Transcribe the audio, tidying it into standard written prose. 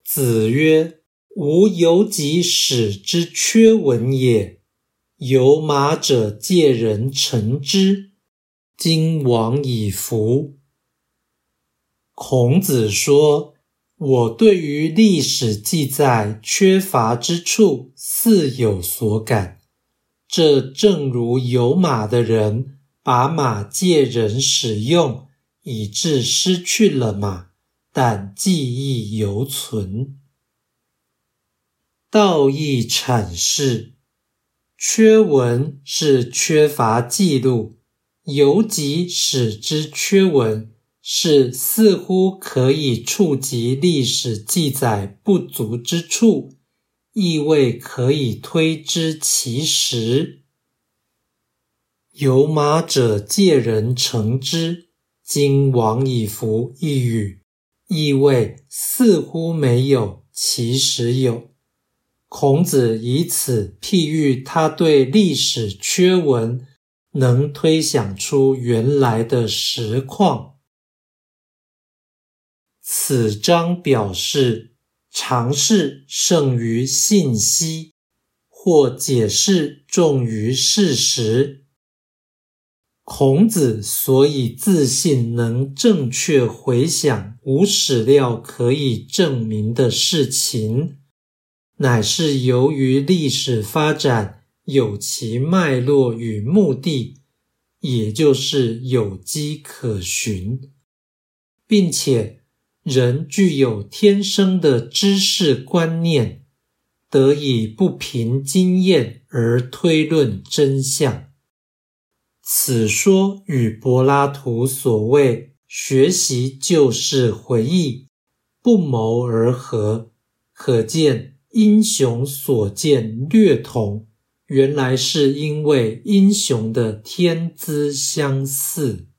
子曰：吾犹己使之缺文也，有马者借人乘之，今往以服。孔子说，我对于历史记载缺乏之处似有所感，这正如有马的人把马借人使用，以致失去了马，但记忆犹存。道义阐释，缺文是缺乏记录，犹己使之缺文是似乎可以触及历史记载不足之处，意味可以推知其实。有马者借人乘之，今往以服一语，意味似乎没有，其实有。孔子以此譬喻他对历史缺文能推想出原来的实况。此章表示常识胜于信息，或解释重于事实。孔子所以自信能正确回想无史料可以证明的事情，乃是由于历史发展有其脉络与目的，也就是有迹可循，并且人具有天生的知识观念，得以不凭经验而推论真相。此说与柏拉图所谓学习就是回忆不谋而合，可见英雄所见略同，原来是因为英雄的天资相似。